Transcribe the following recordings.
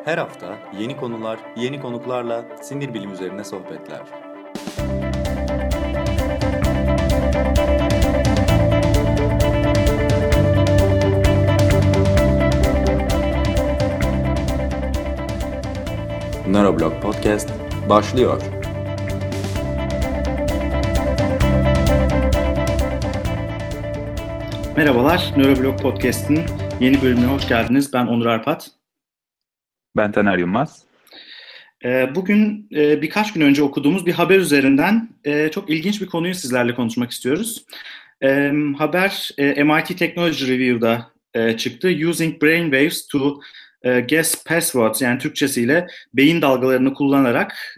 Her hafta yeni konular, yeni konuklarla sinir bilim üzerine sohbetler. Neuroblog Podcast başlıyor. Merhabalar, Neuroblog Podcast'ın yeni bölümüne hoş geldiniz. Ben Onur Arpat. Ben Taner Yılmaz. Bugün birkaç gün önce okuduğumuz bir haber üzerinden çok ilginç bir konuyu sizlerle konuşmak istiyoruz. Haber MIT Technology Review'da çıktı. Using brainwaves to guess passwords, yani Türkçesiyle beyin dalgalarını kullanarak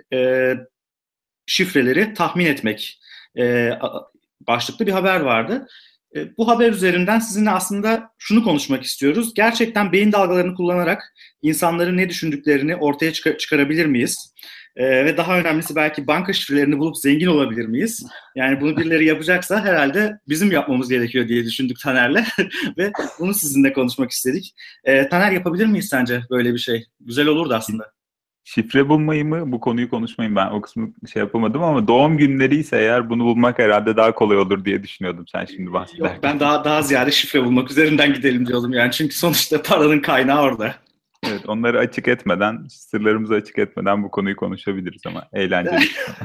şifreleri tahmin etmek başlıklı bir haber vardı. Bu haber üzerinden sizinle aslında şunu konuşmak istiyoruz. Gerçekten beyin dalgalarını kullanarak insanların ne düşündüklerini ortaya çıkarabilir miyiz? Ve daha önemlisi belki banka şifrelerini bulup zengin olabilir miyiz? Yani bunu birileri yapacaksa herhalde bizim yapmamız gerekiyor diye düşündük Taner'le. Ve bunu sizinle konuşmak istedik. Taner, yapabilir miyiz sence böyle bir şey? Güzel olurdu aslında. Şifre bulmayı mı, bu konuyu konuşmayı ben o kısmı yapamadım ama doğum günleri ise eğer bunu bulmak herhalde daha kolay olur diye düşünüyordum sen şimdi bahsederken. Yok, ben daha ziyade şifre bulmak üzerinden gidelim diyordum yani, çünkü sonuçta paranın kaynağı orada. Evet, onları açık etmeden, sırlarımızı açık etmeden bu konuyu konuşabiliriz ama eğlenceli.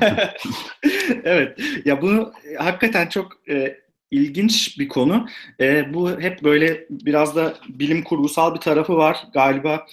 Evet, ya bunu hakikaten çok ilginç bir konu. Bu hep böyle biraz da bilim kurgusal bir tarafı var galiba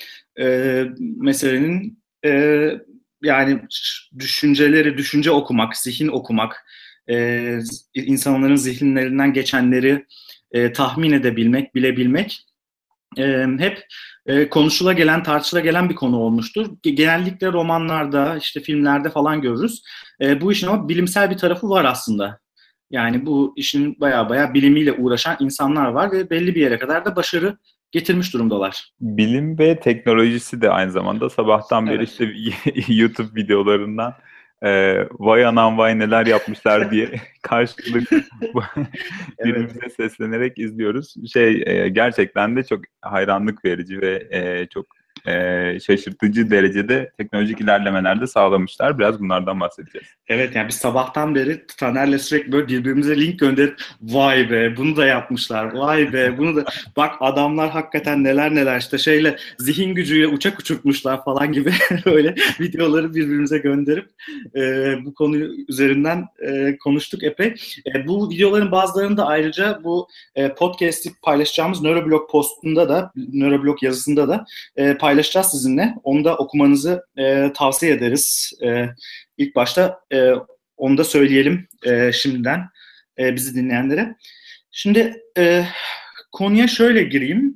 meselenin. Yani düşünce okumak, zihin okumak, insanların zihinlerinden geçenleri tahmin edebilmek, bilebilmek hep konuşula gelen, tartışıla gelen bir konu olmuştur. Genellikle romanlarda, işte filmlerde falan görürüz. Bu işin ama bilimsel bir tarafı var aslında. Yani bu işin baya bilimiyle uğraşan insanlar var ve belli bir yere kadar da başarı getirmiş durumdalar. Bilim ve teknolojisi de aynı zamanda sabahtan beri Evet. işte YouTube videolarından vay anam vay neler yapmışlar diye karşılıklı birbirimize seslenerek izliyoruz. Gerçekten de çok hayranlık verici ve çok şaşırtıcı derecede teknolojik ilerlemeler de sağlamışlar. Biraz bunlardan bahsedeceğiz. Evet, yani biz sabahtan beri Taner'le sürekli böyle birbirimize link gönderip vay be bunu da yapmışlar, vay be bunu da bak adamlar hakikaten neler işte zihin gücüyle uçak uçurtmuşlar falan gibi öyle videoları birbirimize gönderip bu konu üzerinden konuştuk epey. Bu videoların bazılarını da ayrıca bu podcast'i paylaşacağımız Neuroblog postunda da, Neuroblog yazısında da paylaşacağız sizinle. Onu da okumanızı tavsiye ederiz. İlk başta onu da söyleyelim şimdiden bizi dinleyenlere. Şimdi konuya şöyle gireyim.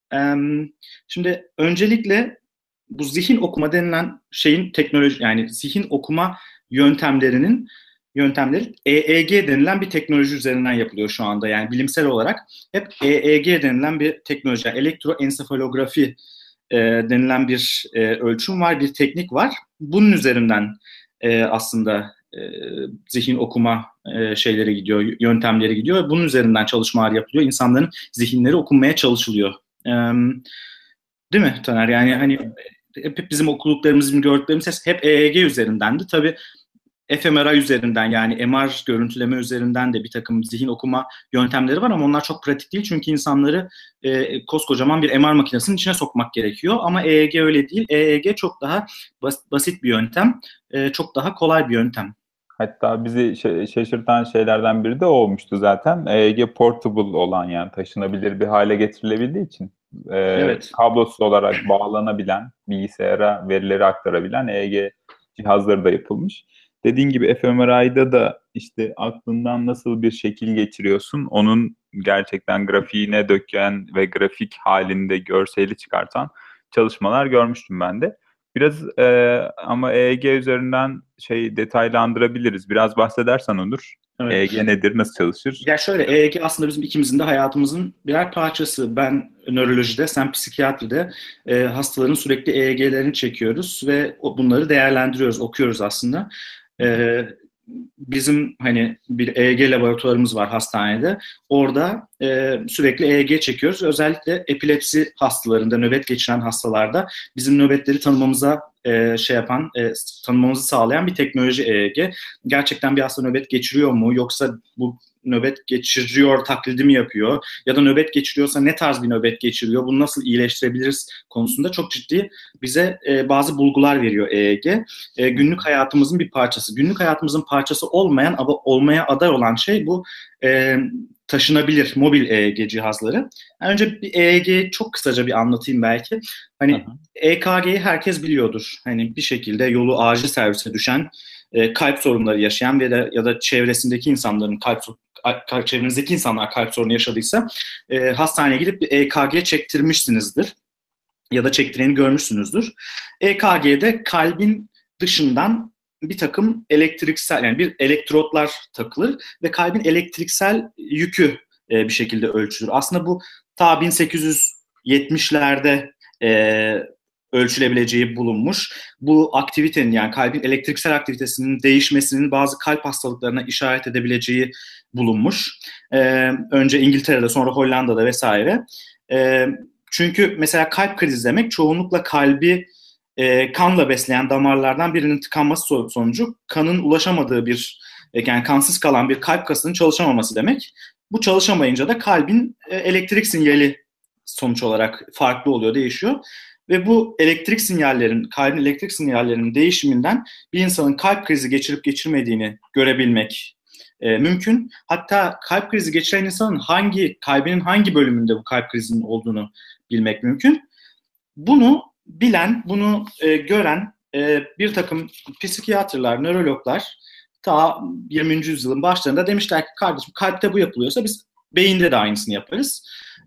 Şimdi öncelikle bu zihin okuma denilen şeyin teknoloji, yani zihin okuma yöntemleri EEG denilen bir teknoloji üzerinden yapılıyor şu anda. Yani bilimsel olarak hep EEG denilen bir teknoloji, yani elektroensefalografi denilen bir ölçüm var, bir teknik var. Bunun üzerinden aslında zihin okuma şeyleri gidiyor, yöntemleri gidiyor. Bunun üzerinden çalışmalar yapılıyor. İnsanların zihinleri okunmaya çalışılıyor. Değil mi Taner? Yani hani hep bizim okuduklarımız, gördüklerimiz hep EEG üzerindendi. Tabii fMRI üzerinden, yani MR görüntüleme üzerinden de bir takım zihin okuma yöntemleri var ama onlar çok pratik değil. Çünkü insanları koskocaman bir MR makinesinin içine sokmak gerekiyor. Ama EEG öyle değil. EEG çok daha basit bir yöntem. Çok daha kolay bir yöntem. Hatta bizi şaşırtan şeylerden biri de o olmuştu zaten. EEG portable olan, yani taşınabilir bir hale getirilebildiği için Evet. kablosuz olarak bağlanabilen, bilgisayara verileri aktarabilen EEG cihazları da yapılmış. Dediğin gibi fMRI'da da işte aklından nasıl bir şekil geçiriyorsun, onun gerçekten grafiğine döken ve grafik halinde görseli çıkartan çalışmalar görmüştüm ben de. Biraz ama EEG üzerinden detaylandırabiliriz. Biraz bahsedersen Onur. Evet. EEG nedir, nasıl çalışır? Ya şöyle, EEG aslında bizim ikimizin de hayatımızın birer parçası. Ben nörolojide, sen psikiyatride hastaların sürekli EEG'lerini çekiyoruz ve bunları değerlendiriyoruz, okuyoruz aslında. bizim hani bir EEG laboratuvarımız var hastanede. Orada sürekli EEG çekiyoruz. Özellikle epilepsi hastalarında, nöbet geçiren hastalarda bizim nöbetleri tanımamızı sağlayan bir teknoloji EEG. Gerçekten bir hasta nöbet geçiriyor mu, yoksa bu nöbet geçiriyor taklidi mi yapıyor, ya da nöbet geçiriyorsa ne tarz bir nöbet geçiriyor, bunu nasıl iyileştirebiliriz konusunda çok ciddi bize bazı bulgular veriyor EEG. Günlük hayatımızın bir parçası. Günlük hayatımızın parçası olmayan ama olmaya aday olan şey bu taşınabilir mobil EEG cihazları. Yani önce bir EEG'yi çok kısaca bir anlatayım belki. Hani EKG'yi herkes biliyordur. Hani bir şekilde yolu acil servise düşen, kalp sorunları yaşayan ya da çevresindeki insanların çevrenizdeki insanlar kalp sorunu yaşadıysa hastaneye gidip bir EKG çektirmişsinizdir ya da çektireni görmüşsünüzdür. EKG'de kalbin dışından bir takım elektriksel, yani bir elektrotlar takılır ve kalbin elektriksel yükü bir şekilde ölçülür. Aslında bu ta 1870'lerde ölçülebileceği bulunmuş. Bu aktivitenin, yani kalbin elektriksel aktivitesinin değişmesinin bazı kalp hastalıklarına işaret edebileceği bulunmuş. Önce İngiltere'de, sonra Hollanda'da vesaire. Çünkü mesela kalp krizi demek çoğunlukla kalbi kanla besleyen damarlardan birinin tıkanması sonucu kanın ulaşamadığı yani kansız kalan bir kalp kasının çalışamaması demek. Bu çalışamayınca da kalbin elektrik sinyali sonuç olarak farklı oluyor, değişiyor. Ve bu kalbin elektrik sinyallerinin değişiminden bir insanın kalp krizi geçirip geçirmediğini görebilmek mümkün. Hatta kalp krizi geçiren insanın kalbinin hangi bölümünde bu kalp krizinin olduğunu bilmek mümkün. Bunu bilen, bunu gören bir takım psikiyatrlar, nörologlar ta 20. yüzyılın başlarında demişler ki kardeşim, kalpte bu yapılıyorsa biz beyinde de aynısını yaparız.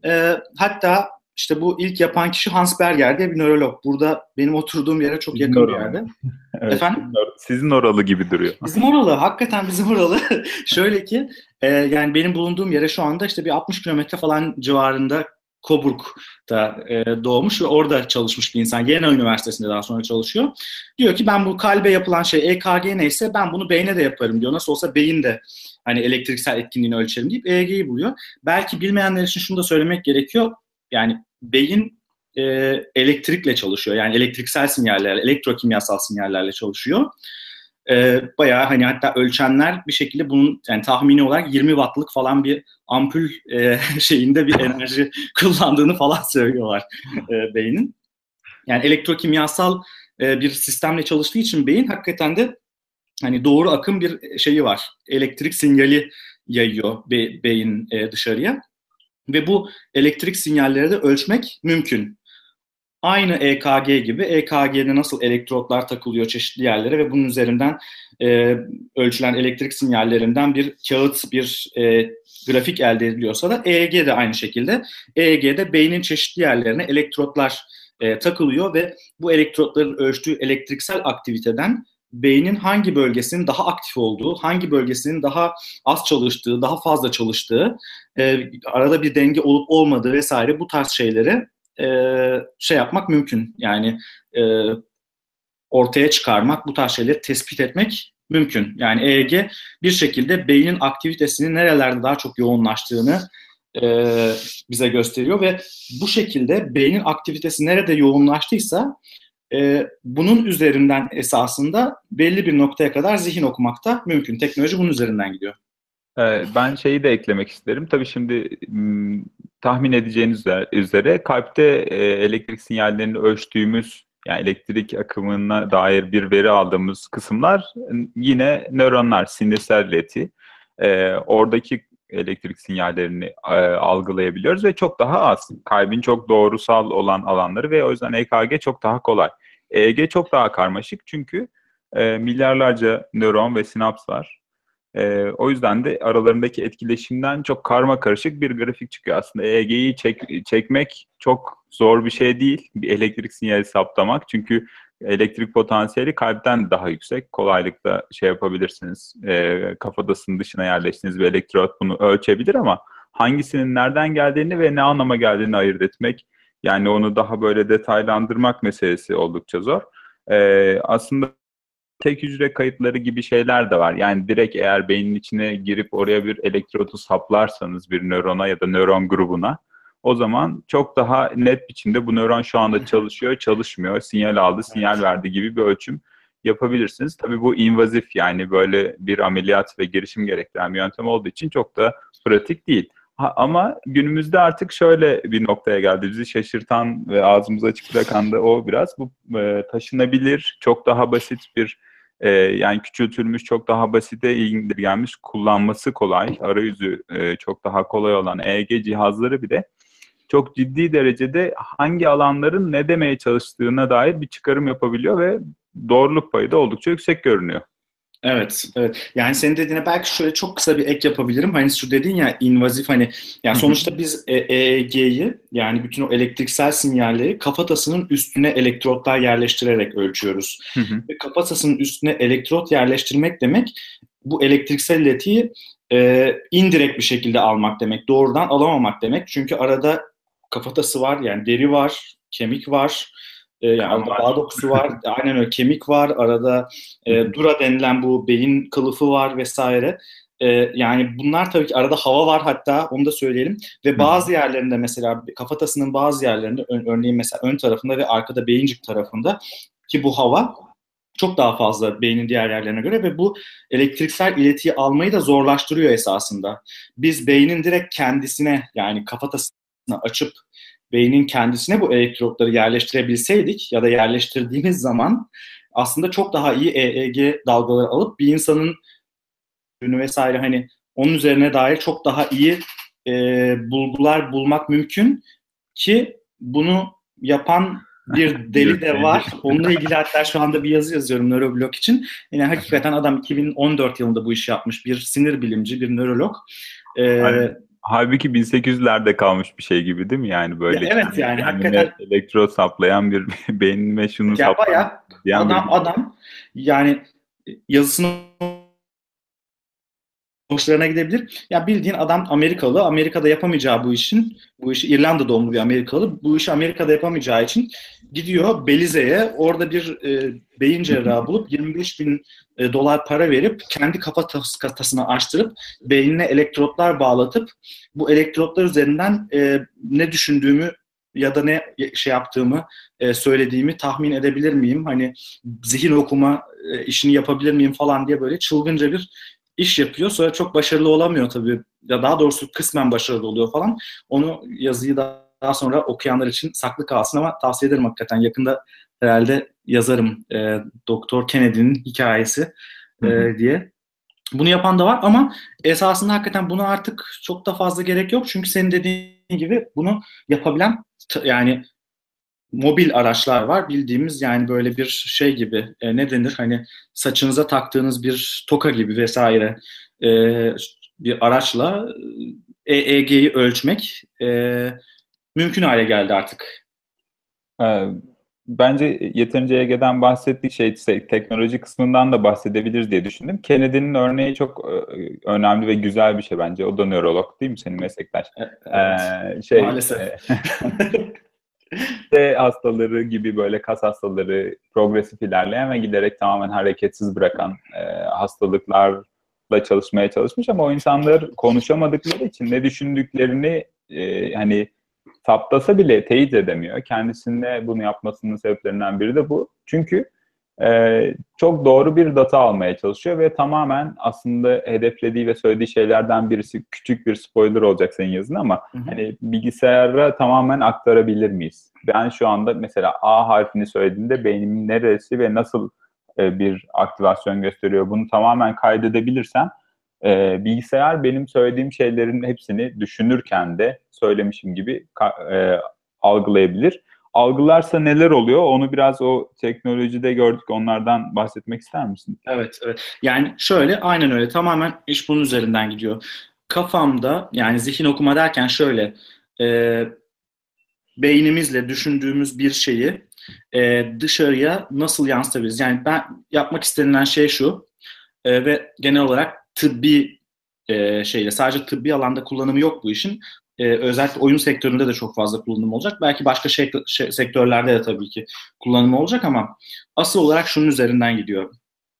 Hatta işte bu ilk yapan kişi Hans Berger diye bir nörolog. Burada benim oturduğum yere çok yakın bir yerde. Evet, Efendim? Sizin oralı gibi duruyor. Bizim oralı, hakikaten bizim oralı. Şöyle ki, yani benim bulunduğum yere şu anda işte bir 60 kilometre falan civarında Coburg'da doğmuş ve orada çalışmış bir insan. Jena Üniversitesi'nde daha sonra çalışıyor. Diyor ki ben bu kalbe yapılan şey EKG neyse ben bunu beyne de yaparım diyor. Nasıl olsa beyin de hani elektriksel etkinliğini ölçerim deyip EEG'yi buluyor. Belki bilmeyenler için şunu da söylemek gerekiyor. Yani beyin elektrikle çalışıyor. Yani elektriksel sinyallerle, elektrokimyasal sinyallerle çalışıyor. Bayağı hani hatta ölçenler bir şekilde bunun yani tahmini olarak 20 wattlık falan bir ampul şeyinde bir enerji kullandığını falan söylüyorlar beynin. Yani elektrokimyasal bir sistemle çalıştığı için beyin hakikaten de hani doğru akım bir şeyi var. Elektrik sinyali yayıyor beyin dışarıya. Ve bu elektrik sinyalleri de ölçmek mümkün. Aynı EKG gibi EKG'de nasıl elektrotlar takılıyor çeşitli yerlere ve bunun üzerinden ölçülen elektrik sinyallerinden bir kağıt, bir grafik elde ediliyorsa da EEG de aynı şekilde. EEG'de beynin çeşitli yerlerine elektrotlar takılıyor ve bu elektrotların ölçtüğü elektriksel aktiviteden beynin hangi bölgesinin daha aktif olduğu, hangi bölgesinin daha az çalıştığı, daha fazla çalıştığı, arada bir denge olup olmadığı vesaire bu tarz şeyleri şey yapmak mümkün. Yani ortaya çıkarmak, bu tarz şeyleri tespit etmek mümkün. Yani EEG bir şekilde beynin aktivitesinin nerelerde daha çok yoğunlaştığını bize gösteriyor ve bu şekilde beynin aktivitesi nerede yoğunlaştıysa bunun üzerinden esasında belli bir noktaya kadar zihin okumak da mümkün. Teknoloji bunun üzerinden gidiyor. Ben şeyi de eklemek isterim. Tabii şimdi tahmin edeceğiniz üzere kalpte elektrik sinyallerini ölçtüğümüz, yani elektrik akımına dair bir veri aldığımız kısımlar yine nöronlar, sinirsel ileti. Oradaki elektrik sinyallerini algılayabiliyoruz ve çok daha az. Kalbin çok doğrusal olan alanları ve o yüzden EKG çok daha kolay. EEG çok daha karmaşık çünkü milyarlarca nöron ve sinaps var. O yüzden de aralarındaki etkileşimden çok karma karışık bir grafik çıkıyor. Aslında EEG'yi çekmek çok zor bir şey değil. Bir elektrik sinyali saptamak. Çünkü elektrik potansiyeli kalpten daha yüksek. Kolaylıkla şey yapabilirsiniz. Kafatasının dışına yerleştiğiniz bir elektrot bunu ölçebilir ama hangisinin nereden geldiğini ve ne anlama geldiğini ayırt etmek, yani onu daha böyle detaylandırmak meselesi oldukça zor. Aslında tek hücre kayıtları gibi şeyler de var. Yani direkt eğer beynin içine girip oraya bir elektrodu saplarsanız bir nörona ya da nöron grubuna, o zaman çok daha net biçimde bu nöron şu anda çalışıyor, çalışmıyor, sinyal aldı, sinyal verdi gibi bir ölçüm yapabilirsiniz. Tabii bu invazif, yani böyle bir ameliyat ve girişim gerektiren bir yöntem olduğu için çok da pratik değil. Ama günümüzde artık şöyle bir noktaya geldi. Bizi şaşırtan ve ağzımızı açık bırakan da o biraz. Bu taşınabilir, çok daha basit bir yani küçültülmüş, çok daha basite indirgenmiş, kullanması kolay, arayüzü çok daha kolay olan EEG cihazları bile çok ciddi derecede hangi alanların ne demeye çalıştığına dair bir çıkarım yapabiliyor ve doğruluk payı da oldukça yüksek görünüyor. Evet, evet. Yani senin dediğine belki şöyle çok kısa bir ek yapabilirim. Hani şu dedin ya, invazif, hani yani sonuçta biz EEG'yi, yani bütün o elektriksel sinyalleri kafatasının üstüne elektrotlar yerleştirerek ölçüyoruz. Ve kafatasının üstüne elektrot yerleştirmek demek, bu elektriksel iletiyi indirekt bir şekilde almak demek. Doğrudan alamamak demek. Çünkü arada kafatası var, yani deri var, kemik var. Yani arada bağ dokusu var, aynen öyle, kemik var, arada dura denilen bu beyin kılıfı var vesaire. Yani bunlar tabii ki, arada hava var hatta, onu da söyleyelim. Ve bazı yerlerinde, mesela kafatasının bazı yerlerinde, örneğin mesela ön tarafında ve arkada beyincik tarafında ki bu hava çok daha fazla beynin diğer yerlerine göre ve bu elektriksel iletiyi almayı da zorlaştırıyor esasında. Biz beynin direkt kendisine, yani kafatasını açıp beynin kendisine bu elektrotları yerleştirebilseydik ya da yerleştirdiğimiz zaman aslında çok daha iyi EEG dalgaları alıp bir insanın vesaire, hani onun üzerine dair çok daha iyi bulgular bulmak mümkün ki bunu yapan bir deli de var. Onunla ilgili hatta şu anda bir yazı yazıyorum nöroblog için. Yani hakikaten adam 2014 yılında bu işi yapmış. Bir sinir bilimci, bir nörolog. Halbuki 1800'lerde kalmış bir şey gibi değil mi? Yani böyle evet, yani hakikaten elektro saplayan bir beynime şunu ya bayağı adam yani yazısını hoşlarına gidebilir. Ya bildiğin adam Amerikalı. Amerika'da yapamayacağı bu işi İrlanda doğumlu bir Amerikalı. Bu işi Amerika'da yapamayacağı için gidiyor Belize'ye. Orada bir beyin cerrahı bulup 25 bin dolar para verip kendi kafatasını açtırıp beynine elektrotlar bağlatıp bu elektrotlar üzerinden ne düşündüğümü ya da ne şey yaptığımı, söylediğimi tahmin edebilir miyim? Hani zihin okuma işini yapabilir miyim falan diye böyle çılgınca bir iş yapıyor. Sonra çok başarılı olamıyor tabii. Ya daha doğrusu kısmen başarılı oluyor falan. Onu, yazıyı daha sonra okuyanlar için saklı kalsın ama tavsiye ederim hakikaten. Yakında herhalde yazarım. Doktor Kennedy'nin hikayesi diye. Bunu yapan da var ama esasında hakikaten buna artık çok da fazla gerek yok. Çünkü senin dediğin gibi bunu yapabilen yani mobil araçlar var. Bildiğimiz, yani böyle bir şey gibi, ne denir, hani saçınıza taktığınız bir toka gibi vesaire bir araçla EEG'yi ölçmek mümkün hale geldi artık. Bence yeterince EEG'den bahsettik, teknoloji kısmından da bahsedebiliriz diye düşündüm. Kennedy'nin örneği çok önemli ve güzel bir şey bence. O da nörolog değil mi, senin meslektaş? Evet, maalesef. Hastaları gibi, böyle kas hastaları, progresif ilerleyen ve giderek tamamen hareketsiz bırakan hastalıklarla çalışmaya çalışmış ama o insanlar konuşamadıkları için ne düşündüklerini hani saptasa bile teyit edemiyor. Kendisine bunu yapmasının sebeplerinden biri de bu. Çünkü çok doğru bir data almaya çalışıyor ve tamamen aslında hedeflediği ve söylediği şeylerden birisi, küçük bir spoiler olacak senin yazın ama hani bilgisayara tamamen aktarabilir miyiz? Ben şu anda mesela A harfini söylediğimde beynimin neresi ve nasıl bir aktivasyon gösteriyor, bunu tamamen kaydedebilirsem bilgisayar benim söylediğim şeylerin hepsini düşünürken de söylemişim gibi algılayabilir. Algılarsa neler oluyor? Onu biraz o teknolojide gördük. Onlardan bahsetmek ister misin? Evet, evet. Yani şöyle, aynen öyle. Tamamen iş bunun üzerinden gidiyor. Kafamda, yani zihin okuma derken şöyle, beynimizle düşündüğümüz bir şeyi dışarıya nasıl yansıtabiliriz? Yani ben, yapmak istenilen şey şu ve genel olarak tıbbi şeyle, sadece tıbbi alanda kullanımı yok bu işin. Özellikle oyun sektöründe de çok fazla kullanımı olacak. Belki başka sektörlerde de tabii ki kullanımı olacak ama asıl olarak şunun üzerinden gidiyor.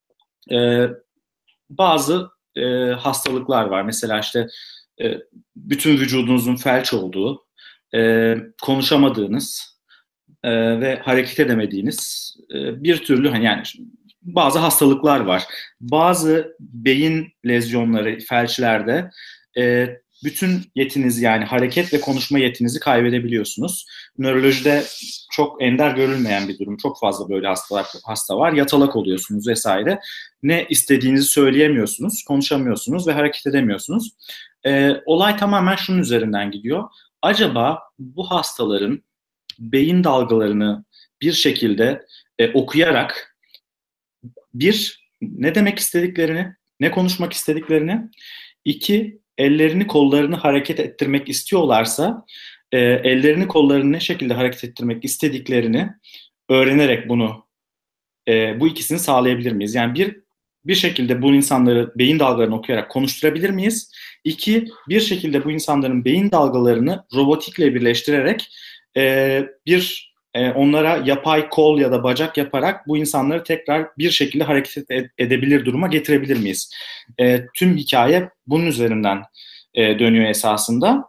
e, bazı hastalıklar var. Mesela işte bütün vücudunuzun felç olduğu, konuşamadığınız ve hareket edemediğiniz bir türlü hani yani bazı hastalıklar var. Bazı beyin lezyonları, felçlerde bütün yetinizi yani hareket ve konuşma yetinizi kaybedebiliyorsunuz. Nörolojide çok ender görülmeyen bir durum. Çok fazla böyle hasta var. Yatalak oluyorsunuz vesaire. Ne istediğinizi söyleyemiyorsunuz, konuşamıyorsunuz ve hareket edemiyorsunuz. Olay tamamen şunun üzerinden gidiyor. Acaba bu hastaların beyin dalgalarını bir şekilde okuyarak bir, ne demek istediklerini, ne konuşmak istediklerini, iki, ellerini kollarını hareket ettirmek istiyorlarsa ellerini kollarını ne şekilde hareket ettirmek istediklerini öğrenerek bunu bu ikisini sağlayabilir miyiz? Yani bir şekilde bu insanları beyin dalgalarını okuyarak konuşturabilir miyiz? İki, bir şekilde bu insanların beyin dalgalarını robotikle birleştirerek onlara yapay kol ya da bacak yaparak bu insanları tekrar bir şekilde hareket edebilir duruma getirebilir miyiz? Tüm hikaye bunun üzerinden dönüyor esasında.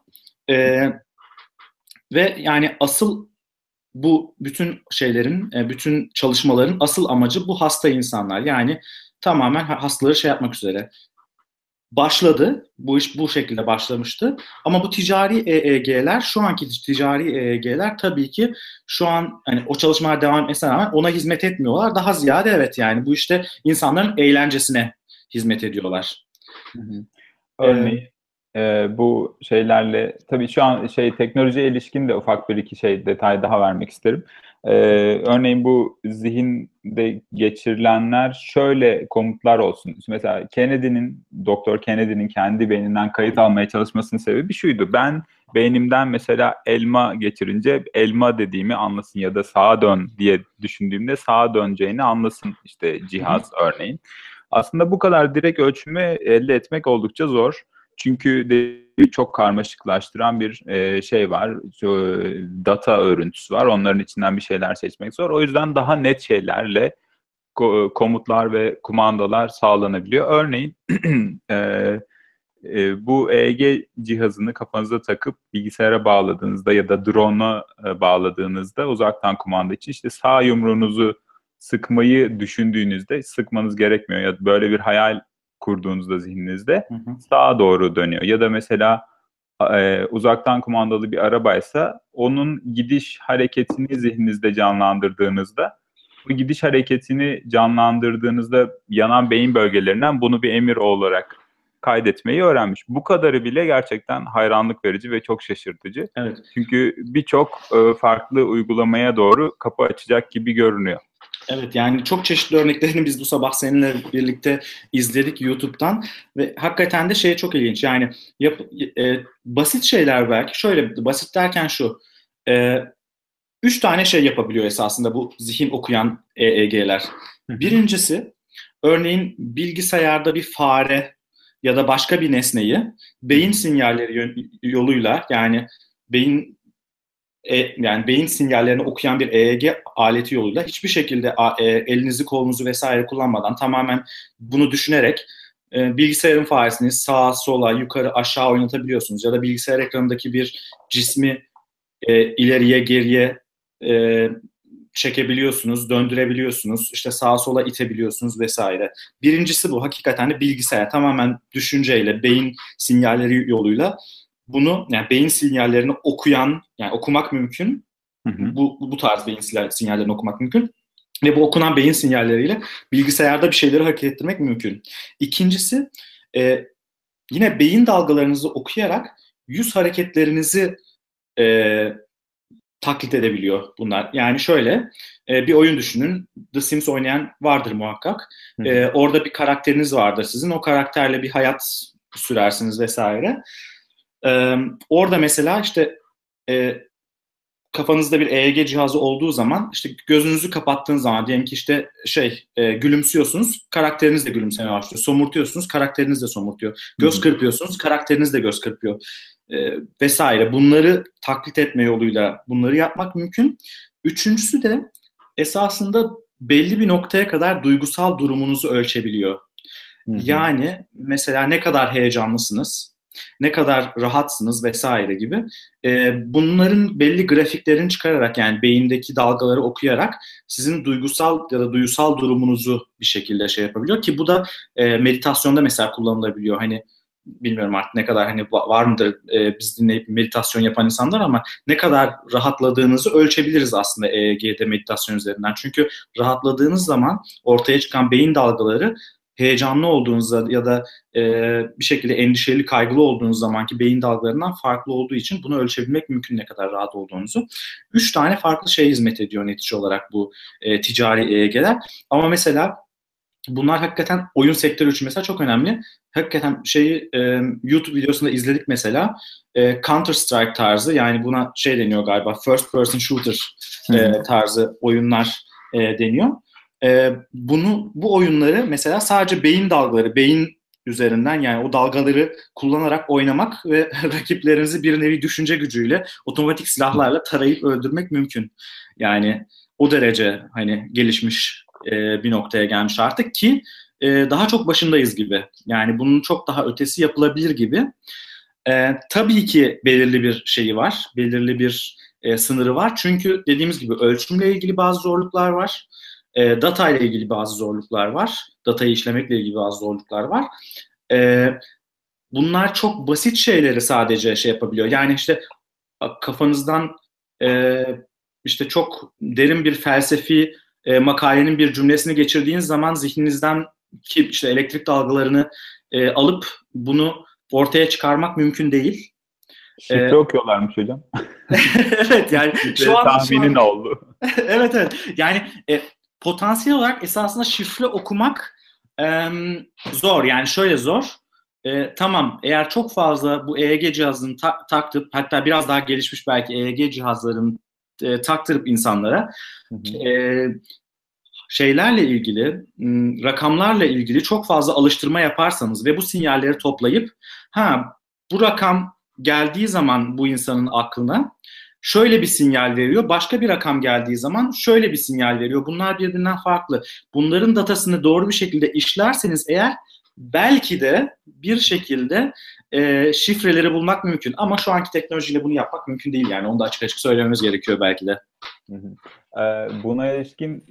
Ve yani asıl bu bütün şeylerin, bütün çalışmaların asıl amacı bu hasta insanlar. Yani tamamen hastaları şey yapmak üzere başladı. Bu iş bu şekilde başlamıştı. Ama bu ticari EEG'ler, şu anki ticari EEG'ler tabii ki şu an hani o çalışmalar devam etmesine rağmen ona hizmet etmiyorlar. Daha ziyade evet yani bu işte insanların eğlencesine hizmet ediyorlar. Hı hı. Örneğin bu şeylerle tabii şu an teknolojiye ilişkin de ufak bir iki detay daha vermek isterim. Örneğin bu zihinde geçirilenler şöyle komutlar olsun. Mesela Doktor Kennedy'nin kendi beyninden kayıt almaya çalışmasının sebebi şuydu. Ben beynimden mesela elma geçirince elma dediğimi anlasın ya da sağa dön diye düşündüğümde sağa döneceğini anlasın işte cihaz örneğin. Aslında bu kadar direkt ölçümü elde etmek oldukça zor. Çünkü çok karmaşıklaştıran bir şey var. Data örüntüsü var. Onların içinden bir şeyler seçmek zor. O yüzden daha net şeylerle komutlar ve kumandalar sağlanabiliyor. Örneğin bu EEG cihazını kafanıza takıp bilgisayara bağladığınızda ya da drone'a bağladığınızda uzaktan kumanda için işte sağ yumruğunuzu sıkmayı düşündüğünüzde sıkmanız gerekmiyor ya da böyle bir hayal kurduğunuzda zihninizde sağa doğru dönüyor. Ya da mesela uzaktan kumandalı bir arabaysa onun gidiş hareketini zihninizde canlandırdığınızda bu gidiş hareketini canlandırdığınızda yanan beyin bölgelerinden bunu bir emir olarak kaydetmeyi öğrenmiş. Bu kadarı bile gerçekten hayranlık verici ve çok şaşırtıcı. Evet. Çünkü birçok farklı uygulamaya doğru kapı açacak gibi görünüyor. Evet yani çok çeşitli örneklerini biz bu sabah seninle birlikte izledik YouTube'dan ve hakikaten de çok ilginç. Yani basit şeyler belki şöyle basit derken şu 3 tane şey yapabiliyor esasında bu zihin okuyan EEG'ler. Birincisi örneğin bilgisayarda bir fare ya da başka bir nesneyi beyin sinyalleri yoluyla yani beyin sinyallerini okuyan bir EEG aleti yoluyla hiçbir şekilde elinizi kolunuzu vesaire kullanmadan tamamen bunu düşünerek bilgisayarın faresini sağa sola yukarı aşağı oynatabiliyorsunuz ya da bilgisayar ekranındaki bir cismi ileriye geriye çekebiliyorsunuz, döndürebiliyorsunuz, işte sağa sola itebiliyorsunuz vesaire. Birincisi bu hakikaten de bilgisayar tamamen düşünceyle, beyin sinyalleri yoluyla bunu yani beyin sinyallerini okumak mümkün. Bu tarz beyin sinyallerini okumak mümkün. Ve bu okunan beyin sinyalleriyle bilgisayarda bir şeyleri hareket ettirmek mümkün. İkincisi yine beyin dalgalarınızı okuyarak yüz hareketlerinizi taklit edebiliyor bunlar. Yani şöyle bir oyun düşünün. The Sims oynayan vardır muhakkak. Orada bir karakteriniz vardır sizin. O karakterle bir hayat sürersiniz vesaire. Orada mesela işte kafanızda bir EEG cihazı olduğu zaman işte gözünüzü kapattığınız zaman diyelim ki işte gülümsüyorsunuz, karakteriniz de gülümsemeye başlıyor. Somurtuyorsunuz, karakteriniz de somurtuyor. Göz kırpıyorsunuz, karakteriniz de göz kırpıyor. Vesaire. Bunları taklit etme yoluyla bunları yapmak mümkün. Üçüncüsü de esasında belli bir noktaya kadar duygusal durumunuzu ölçebiliyor. Hı hı. Yani mesela ne kadar heyecanlısınız, ne kadar rahatsınız vesaire gibi. Bunların belli grafiklerini çıkararak, yani beyindeki dalgaları okuyarak sizin duygusal ya da duyusal durumunuzu bir şekilde şey yapabiliyor ki bu da meditasyonda mesela kullanılabiliyor. Hani bilmiyorum artık ne kadar hani var mıdır biz dinleyip meditasyon yapan insanlar, ama ne kadar rahatladığınızı ölçebiliriz aslında EEG'de meditasyon üzerinden. Çünkü rahatladığınız zaman ortaya çıkan beyin dalgaları, heyecanlı olduğunuzda ya da bir şekilde endişeli, kaygılı olduğunuz zamanki beyin dalgalarından farklı olduğu için bunu ölçebilmek mümkün, ne kadar rahat olduğunuzu. 3 tane farklı şeye hizmet ediyor netice olarak bu ticari EEG'ler. Ama mesela bunlar hakikaten oyun sektörü için mesela çok önemli. Hakikaten YouTube videosunda izledik mesela. Counter Strike tarzı, yani buna şey deniyor galiba, first person shooter tarzı oyunlar deniyor. Bu oyunları mesela sadece beyin dalgaları, beyin üzerinden, yani o dalgaları kullanarak oynamak ve rakiplerinizi bir nevi düşünce gücüyle, otomatik silahlarla tarayıp öldürmek mümkün. Yani o derece hani gelişmiş bir noktaya gelmiş artık ki daha çok başındayız gibi. Yani bunun çok daha ötesi yapılabilir gibi. Tabii ki belirli bir şeyi var, belirli bir sınırı var. Çünkü dediğimiz gibi ölçümle ilgili bazı zorluklar var. Data ile ilgili bazı zorluklar var. Datayı işlemekle ilgili bazı zorluklar var. E, Bunlar çok basit şeyleri sadece şey yapabiliyor. Yani işte kafanızdan e, işte çok derin bir felsefi makalenin bir cümlesini geçirdiğiniz zaman zihninizden ki işte elektrik dalgalarını alıp bunu ortaya çıkarmak mümkün değil. Şifre okuyorlarmış hocam. Evet, yani Şifre tahminin oldu. evet, evet. Yani potansiyel olarak esasında şifre okumak zor. Yani şöyle zor. Tamam, eğer çok fazla bu EEG cihazını taktırıp, hatta biraz daha gelişmiş belki EEG cihazlarını taktırıp insanlara Hı hı. e, şeylerle ilgili, rakamlarla ilgili çok fazla alıştırma yaparsanız ve bu sinyalleri toplayıp, bu rakam geldiği zaman bu insanın aklına şöyle bir sinyal veriyor, başka bir rakam geldiği zaman şöyle bir sinyal veriyor. Bunlar birbirinden farklı. Bunların datasını doğru bir şekilde işlerseniz eğer, belki de bir şekilde şifreleri bulmak mümkün. Ama şu anki teknolojiyle bunu yapmak mümkün değil, yani onu da açık açık söylememiz gerekiyor belki de. Hı hı. Buna ilişkin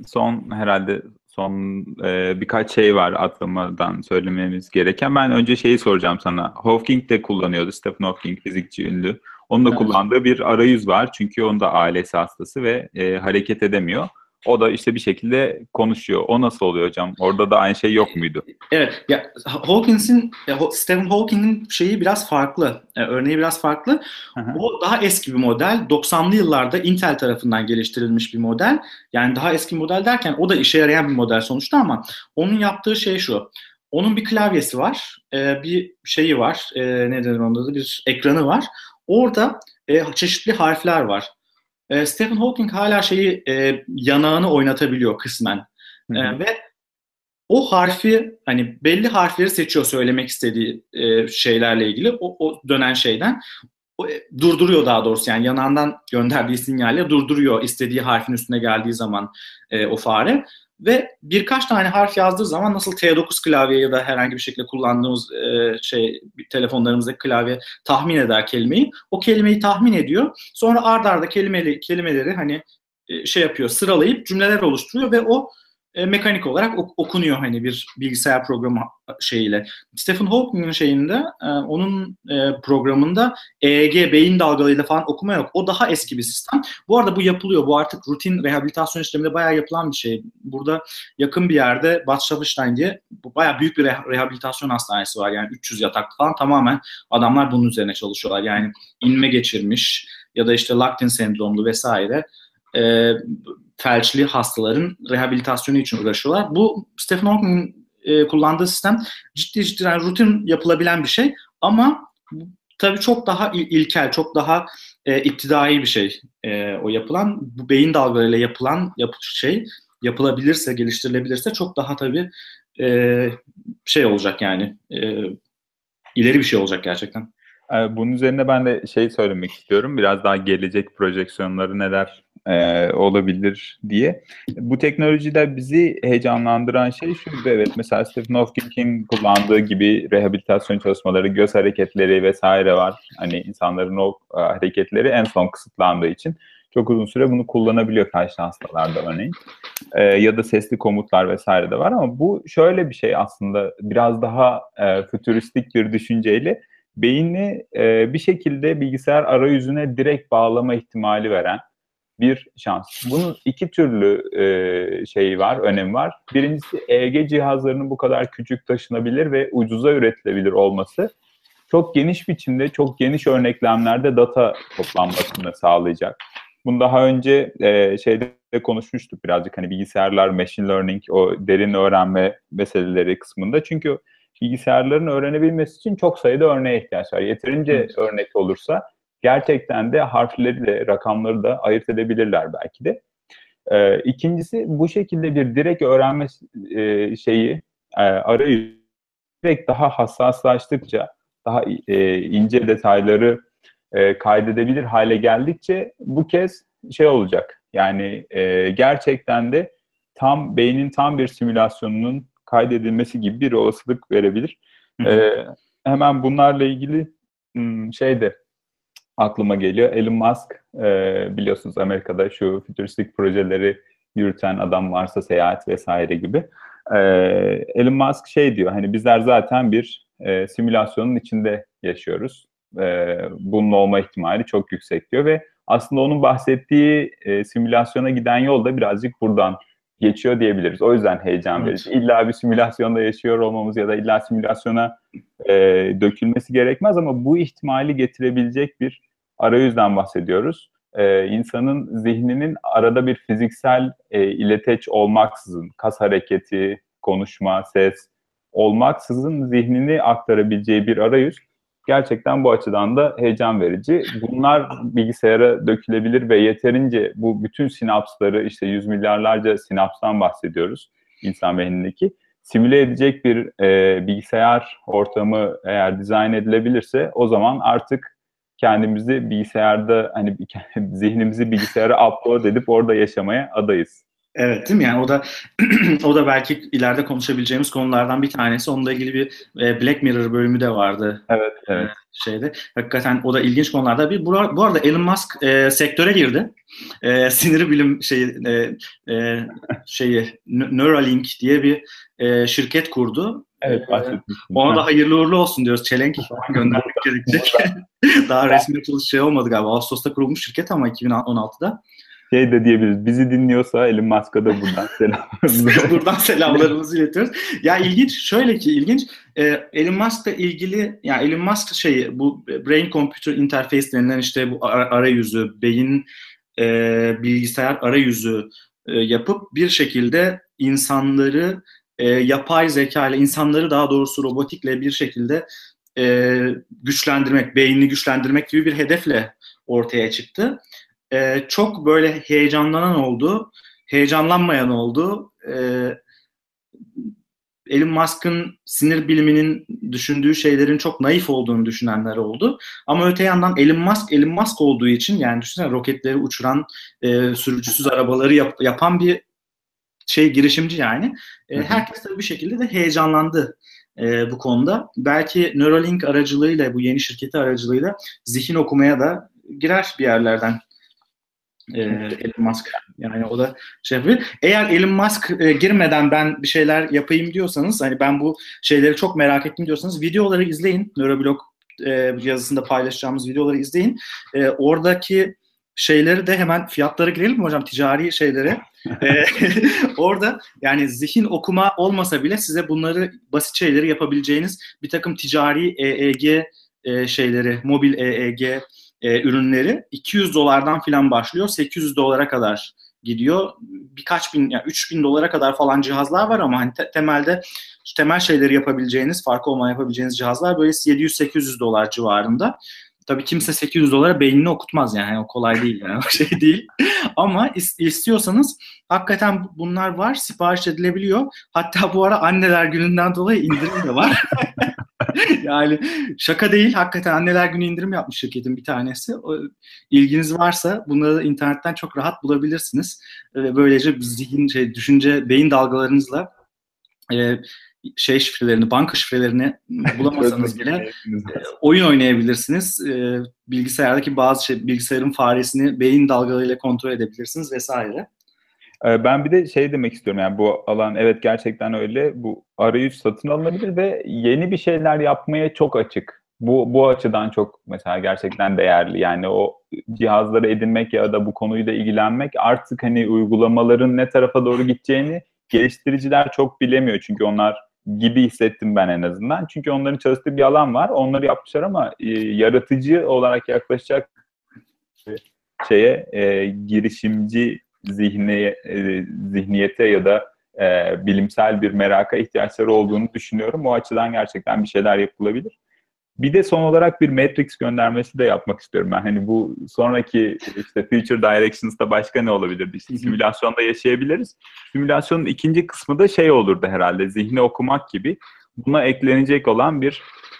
son birkaç şey var atlamadan söylememiz gereken. Ben önce şeyi soracağım sana. Hawking de kullanıyordu. Stephen Hawking, fizikçi ünlü. Onun da Evet. kullandığı bir arayüz var. Çünkü onun da ailesi hastası ve hareket edemiyor. O da işte bir şekilde konuşuyor. O nasıl oluyor hocam? Orada da aynı şey yok muydu? Evet, ya Stephen Hawking'in şeyi biraz farklı, örneği biraz farklı. Hı hı. O daha eski bir model, 90'lı yıllarda Intel tarafından geliştirilmiş bir model. Yani daha eski model derken o da işe yarayan bir model sonuçta, ama onun yaptığı şey şu. Onun bir klavyesi var, bir şeyi var, ne denir onda da, bir ekranı var. Orada çeşitli harfler var. Stephen Hawking hala yanağını oynatabiliyor kısmen. Hı hı. Ve o harfi, hani belli harfleri seçiyor söylemek istediği şeylerle ilgili, o dönen şeyden durduruyor, daha doğrusu yani yanağından gönderdiği sinyalle durduruyor istediği harfin üstüne geldiği zaman o fare, ve birkaç tane harf yazdığı zaman nasıl T9 klavye ya da herhangi bir şekilde kullandığımız telefonlarımızdaki klavye tahmin eder kelimeyi, o kelimeyi tahmin ediyor, sonra ard arda kelimeleri hani yapıyor, sıralayıp cümleler oluşturuyor ve o mekanik olarak okunuyor hani bir bilgisayar programı şeyiyle. Stephen Hawking'in onun programında EEG, beyin dalgalarıyla falan okuma yok. O daha eski bir sistem. Bu arada bu yapılıyor. Bu artık rutin rehabilitasyon işleminde bayağı yapılan bir şey. Burada yakın bir yerde Bad Schafferstein diye bayağı büyük bir rehabilitasyon hastanesi var. Yani 300 yataklı falan, tamamen adamlar bunun üzerine çalışıyorlar. Yani inme geçirmiş ya da işte Lactin sendromlu vesaire felçli hastaların rehabilitasyonu için uğraşıyorlar. Bu Stephen Hawking'in kullandığı sistem ciddi yani rutin yapılabilen bir şey, ama tabii çok daha ilkel, çok daha iptidai bir şey o yapılan. Bu beyin dalgalarıyla yapılabilirse, geliştirilebilirse çok daha tabii olacak yani. İleri bir şey olacak gerçekten. Bunun üzerine ben de şey söylemek istiyorum. Biraz daha gelecek projeksiyonları neler olabilir diye. Bu teknolojide bizi heyecanlandıran şey şu: evet, mesela Stephen Hawking'in kullandığı gibi rehabilitasyon çalışmaları, göz hareketleri vesaire var. Hani insanların o hareketleri en son kısıtlandığı için çok uzun süre bunu kullanabiliyor felçli hastalarda örneğin. Ya da sesli komutlar vesaire de var, ama bu şöyle bir şey aslında, biraz daha fütüristik bir düşünceyle beyni bir şekilde bilgisayar arayüzüne direkt bağlama ihtimali veren bir şans. Bunun iki türlü şeyi var, önemi var. Birincisi, EEG cihazlarının bu kadar küçük, taşınabilir ve ucuza üretilebilir olması çok geniş biçimde, çok geniş örneklemlerde data toplanmasını sağlayacak. Bunu daha önce şeyde konuşmuştuk birazcık, hani bilgisayarlar, machine learning, o derin öğrenme meseleleri kısmında. Çünkü bilgisayarların öğrenebilmesi için çok sayıda örneğe ihtiyaç var. Yeterince örnek olursa gerçekten de harfleri de rakamları da ayırt edebilirler belki de. İkincisi, bu şekilde bir direkt öğrenme arayüzü direkt daha hassaslaştıkça, daha ince detayları kaydedebilir hale geldikçe bu kez şey olacak. Yani gerçekten de beynin tam bir simülasyonunun kaydedilmesi gibi bir olasılık verebilir. Hemen bunlarla ilgili şey de aklıma geliyor. Elon Musk, biliyorsunuz Amerika'da şu fütüristik projeleri yürüten adam, varsa seyahat vesaire gibi. Elon Musk şey diyor, hani bizler zaten bir simülasyonun içinde yaşıyoruz. Bunun olma ihtimali çok yüksek diyor ve aslında onun bahsettiği simülasyona giden yol da birazcık buradan geçiyor diyebiliriz. O yüzden heyecan verici. İlla bir simülasyonda yaşıyor olmamız ya da illa simülasyona dökülmesi gerekmez, ama bu ihtimali getirebilecek bir arayüzden bahsediyoruz. İnsanın zihninin arada bir fiziksel ileteç olmaksızın, kas hareketi, konuşma, ses olmaksızın zihnini aktarabileceği bir arayüz. Gerçekten bu açıdan da heyecan verici. Bunlar bilgisayara dökülebilir ve yeterince bu bütün sinapsları, işte yüz milyarlarca sinapstan bahsediyoruz insan beynindeki, simüle edecek bir bilgisayar ortamı eğer dizayn edilebilirse, o zaman artık kendimizi bilgisayarda, hani zihnimizi bilgisayara upload edip orada yaşamaya adayız. Evet, değil mi? Yani o da o da belki ileride konuşabileceğimiz konulardan bir tanesi. Onunla ilgili bir Black Mirror bölümü de vardı. Evet. Şeyde. Hakikaten o da ilginç konularda bir. Bu arada Elon Musk sektöre girdi. Sinir bilim Neuralink diye bir şirket kurdu. Evet, bahsetmiştim. Ona da hayırlı uğurlu olsun diyoruz. Çelenk falan göndermek gerekecek. Daha resmi açılış şey olmadı galiba. Ağustos'ta kurulmuş şirket ama 2016'da. Şey de diyebiliriz, bizi dinliyorsa Elon Musk'a da buradan selamlarımızı buradan selamlarımızı iletiyoruz. Ya ilginç, şöyle ki ilginç, Elon Musk'la ilgili, yani Elon Musk bu Brain Computer Interface denilen işte bu arayüzü, beyin bilgisayar arayüzü yapıp bir şekilde insanları yapay zeka ile, insanları daha doğrusu robotikle bir şekilde güçlendirmek, beynini güçlendirmek gibi bir hedefle ortaya çıktı. Çok böyle heyecanlanan oldu, heyecanlanmayan oldu. Elon Musk'ın sinir biliminin düşündüğü şeylerin çok naif olduğunu düşünenler oldu. Ama öte yandan Elon Musk olduğu için, yani düşünsene, roketleri uçuran, sürücüsüz arabaları yapan bir girişimci yani. Herkes tabii bir şekilde de heyecanlandı bu konuda. Belki Neuralink aracılığıyla, bu yeni şirketi aracılığıyla zihin okumaya da girer bir yerlerden. Elon Musk. Yani o da şey yapıyor. Eğer Elon Musk girmeden ben bir şeyler yapayım diyorsanız, hani ben bu şeyleri çok merak ettim diyorsanız, videoları izleyin. Neuroblog yazısında paylaşacağımız videoları izleyin. Oradaki şeyleri de hemen, fiyatlara girelim mi hocam? Ticari şeyleri. Orada yani zihin okuma olmasa bile size bunları, basit şeyleri yapabileceğiniz bir takım ticari EEG şeyleri, mobil EEG ürünleri $200'dan falan başlıyor. $800 kadar gidiyor. Birkaç bin, yani $3.000 kadar falan cihazlar var ama hani temelde temel şeyleri yapabileceğiniz, farkı olmayan yapabileceğiniz cihazlar böyle $700-800 civarında. Tabii kimse $800 beynini okutmaz yani. O kolay değil yani. O şey değil. Ama istiyorsanız hakikaten bunlar var. Sipariş edilebiliyor. Hatta bu ara Anneler Günü'nden dolayı indirim de var. Yani şaka değil, hakikaten Anneler Günü indirim yapmış şirketin bir tanesi. İlginiz varsa bunları da internetten çok rahat bulabilirsiniz. Ve böylece zihin, düşünce, beyin dalgalarınızla e, şifrelerini, banka şifrelerini bulamasanız bile oyun oynayabilirsiniz. Bilgisayardaki bazı bilgisayarın faresini beyin dalgalarıyla kontrol edebilirsiniz vesaire. Ben bir de şey demek istiyorum, yani bu alan evet gerçekten öyle. Bu arayüz satın alınabilir ve yeni bir şeyler yapmaya çok açık. Bu açıdan çok mesela gerçekten değerli. Yani o cihazları edinmek ya da bu konuyla ilgilenmek, artık hani uygulamaların ne tarafa doğru gideceğini geliştiriciler çok bilemiyor. Çünkü onlar gibi hissettim ben en azından. Çünkü onların çalıştığı bir alan var. Onları yapmışlar ama yaratıcı olarak yaklaşacak girişimci zihniyete ya da bilimsel bir meraka ihtiyaçları olduğunu düşünüyorum. O açıdan gerçekten bir şeyler yapılabilir. Bir de son olarak bir Matrix göndermesi de yapmak istiyorum ben. Hani bu sonraki işte Future Directions'ta başka ne olabilirdi? İşte simülasyonda yaşayabiliriz. Simülasyonun ikinci kısmı da şey olurdu herhalde, zihni okumak gibi. Buna eklenecek olan bir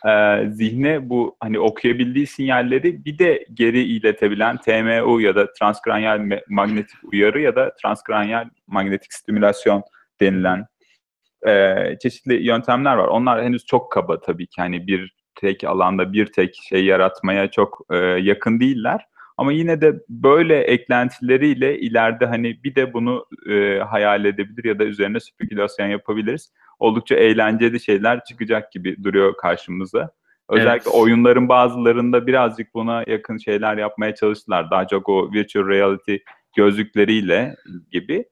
zihne bu hani okuyabildiği sinyalleri bir de geri iletebilen TMU ya da transkranyal magnetik uyarı ya da transkranyal magnetik stimülasyon denilen çeşitli yöntemler var. Onlar henüz çok kaba tabii ki. Hani bir tek alanda bir tek şey yaratmaya çok yakın değiller. Ama yine de böyle eklentileriyle ileride hani bir de bunu hayal edebilir ya da üzerine spekülasyon yapabiliriz. Oldukça eğlenceli şeyler çıkacak gibi duruyor karşımıza. Özellikle Evet. oyunların bazılarında birazcık buna yakın şeyler yapmaya çalıştılar. Daha çok o virtual reality gözlükleriyle gibi.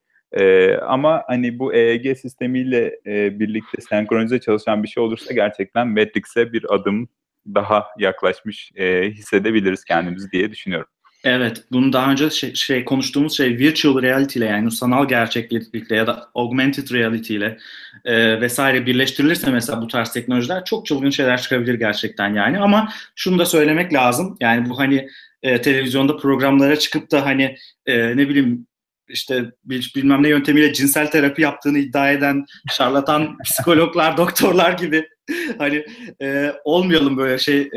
Ama hani bu EEG sistemiyle birlikte senkronize çalışan bir şey olursa gerçekten Matrix'e bir adım daha yaklaşmış hissedebiliriz kendimizi diye düşünüyorum. Evet, bunu daha önce konuştuğumuz virtual reality ile, yani sanal gerçeklikle ya da augmented reality ile vesaire birleştirilirse mesela bu tarz teknolojiler çok çılgın şeyler çıkabilir gerçekten yani. Ama şunu da söylemek lazım. Yani bu hani televizyonda programlara çıkıp da hani ne bileyim işte bilmem ne yöntemiyle cinsel terapi yaptığını iddia eden şarlatan psikologlar, doktorlar gibi hani olmayalım böyle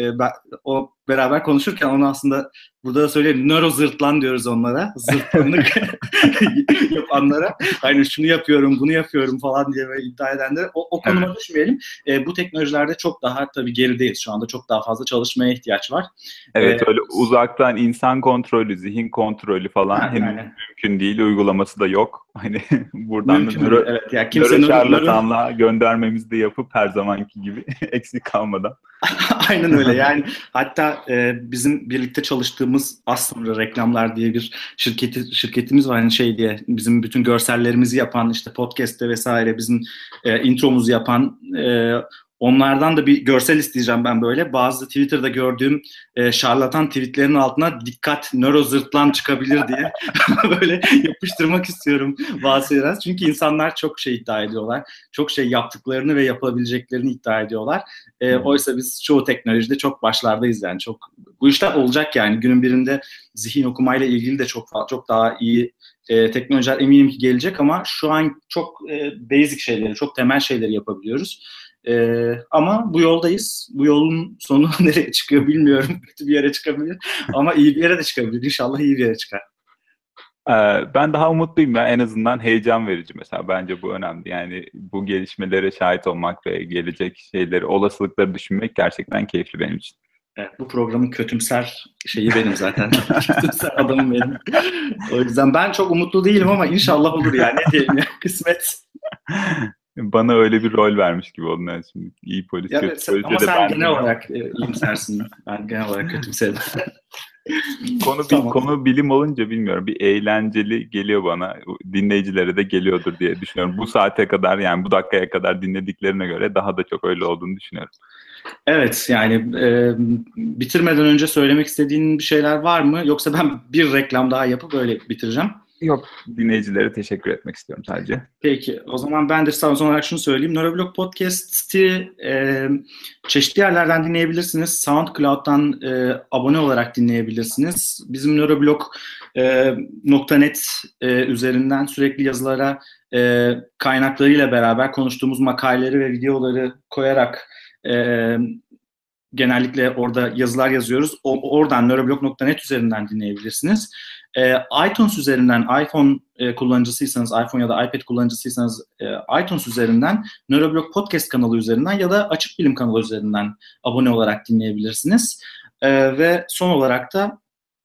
o beraber konuşurken onu aslında burada da söyleyeyim, nöro zırtlan diyoruz onlara. Zırtlanlık yapanlara. Hani şunu yapıyorum, bunu yapıyorum falan diye böyle iddia edenlere o konuma düşmeyelim. Bu teknolojilerde çok daha tabii gerideyiz. Şu anda çok daha fazla çalışmaya ihtiyaç var. Evet, öyle uzaktan insan kontrolü, zihin kontrolü falan henüz Yani mümkün değil. Uygulaması da yok. Hani buradan da mümkün değil. Evet. Ya kimse nöro şarlatanlığa göndermemizi de yapıp her zamanki gibi eksik kalmadan. Aynen öyle. Yani hatta bizim birlikte çalıştığımız aslında Reklamlar diye bir şirketimiz var. Hani diye bizim bütün görsellerimizi yapan, işte podcast'te vesaire bizim intromuzu yapan, onlardan da bir görsel isteyeceğim ben böyle. Bazı Twitter'da gördüğüm şarlatan tweetlerin altına dikkat nöro zırtlan çıkabilir diye böyle yapıştırmak istiyorum bazı şeyler. Çünkü insanlar çok şey iddia ediyorlar. Çok şey yaptıklarını ve yapabileceklerini iddia ediyorlar. Oysa biz çoğu teknolojide çok başlardayız yani. Çok bu işler olacak yani. Günün birinde zihin okumayla ilgili de çok daha iyi teknolojiler eminim ki gelecek, ama şu an çok basic şeyleri, çok temel şeyleri yapabiliyoruz. Ama bu yoldayız. Bu yolun sonu nereye çıkıyor bilmiyorum. Kötü bir yere çıkabilir ama iyi bir yere de çıkabilir. İnşallah iyi bir yere çıkar. Ben daha umutluyum ya, en azından heyecan verici mesela, bence bu önemli. Yani bu gelişmelere şahit olmak ve gelecek şeyleri, olasılıkları düşünmek gerçekten keyifli benim için. Evet, bu programın kötümser şeyi benim zaten. Kötümser adamım benim. O yüzden ben çok umutlu değilim ama inşallah olur yani. Ne diyelim ya, kısmet. Bana öyle bir rol vermiş gibi oldun yani şimdi. İyi polis, Ya, kötü polis ama de sen genel ben. olarak iyimsersin. Ben genel olarak kötümserim. Konu konu bilim olunca bilmiyorum, bir eğlenceli geliyor bana. Dinleyicilere de geliyordur diye düşünüyorum. Bu saate kadar, yani bu dakikaya kadar dinlediklerine göre daha da çok öyle olduğunu düşünüyorum. Evet, yani bitirmeden önce söylemek istediğin bir şeyler var mı? Yoksa ben bir reklam daha yapıp öyle bitireceğim. Yok, dinleyicilere teşekkür etmek istiyorum sadece. Peki, o zaman ben de son olarak şunu söyleyeyim. Neuroblog Podcast'i çeşitli yerlerden dinleyebilirsiniz. SoundCloud'dan abone olarak dinleyebilirsiniz. Bizim neuroblog.net üzerinden sürekli yazılara kaynaklarıyla beraber konuştuğumuz makaleleri ve videoları koyarak Genellikle orada yazılar yazıyoruz. Oradan neuroblog.net üzerinden dinleyebilirsiniz. iTunes üzerinden iPhone kullanıcısıysanız, iPhone ya da iPad kullanıcısıysanız iTunes üzerinden, Neuroblog Podcast kanalı üzerinden ya da Açık Bilim kanalı üzerinden abone olarak dinleyebilirsiniz. Ve son olarak da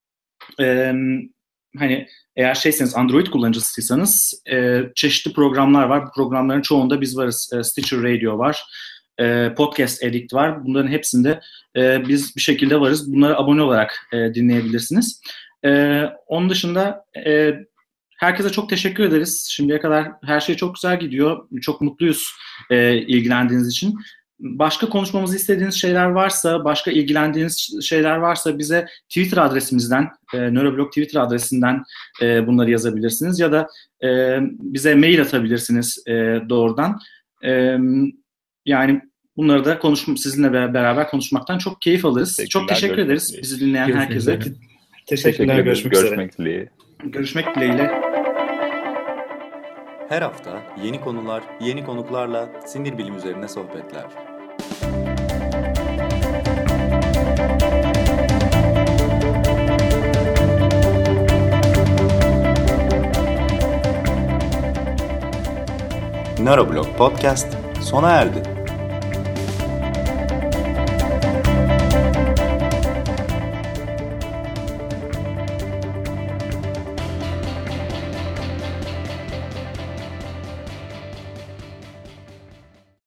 hani eğer Android kullanıcısıysanız çeşitli programlar var. Bu programların çoğunda biz varız. Stitcher Radio var. Podcast Addict var. Bunların hepsinde biz bir şekilde varız. Bunlara abone olarak dinleyebilirsiniz. Onun dışında herkese çok teşekkür ederiz. Şimdiye kadar her şey çok güzel gidiyor. Çok mutluyuz ilgilendiğiniz için. Başka konuşmamızı istediğiniz şeyler varsa, başka ilgilendiğiniz şeyler varsa bize Twitter adresimizden, Neuroblog Twitter adresinden bunları yazabilirsiniz. Ya da bize mail atabilirsiniz doğrudan. Yani bunları da sizinle beraber konuşmaktan çok keyif alırız. Çok teşekkür ederiz bizi dinleyen herkese. Teşekkürler. Görüşmek üzere. Görüşmek dileğiyle. Görüşmek dileğiyle. Her hafta yeni konular, yeni konuklarla sinir bilim üzerine sohbetler. Neuroblog Podcast sona erdi.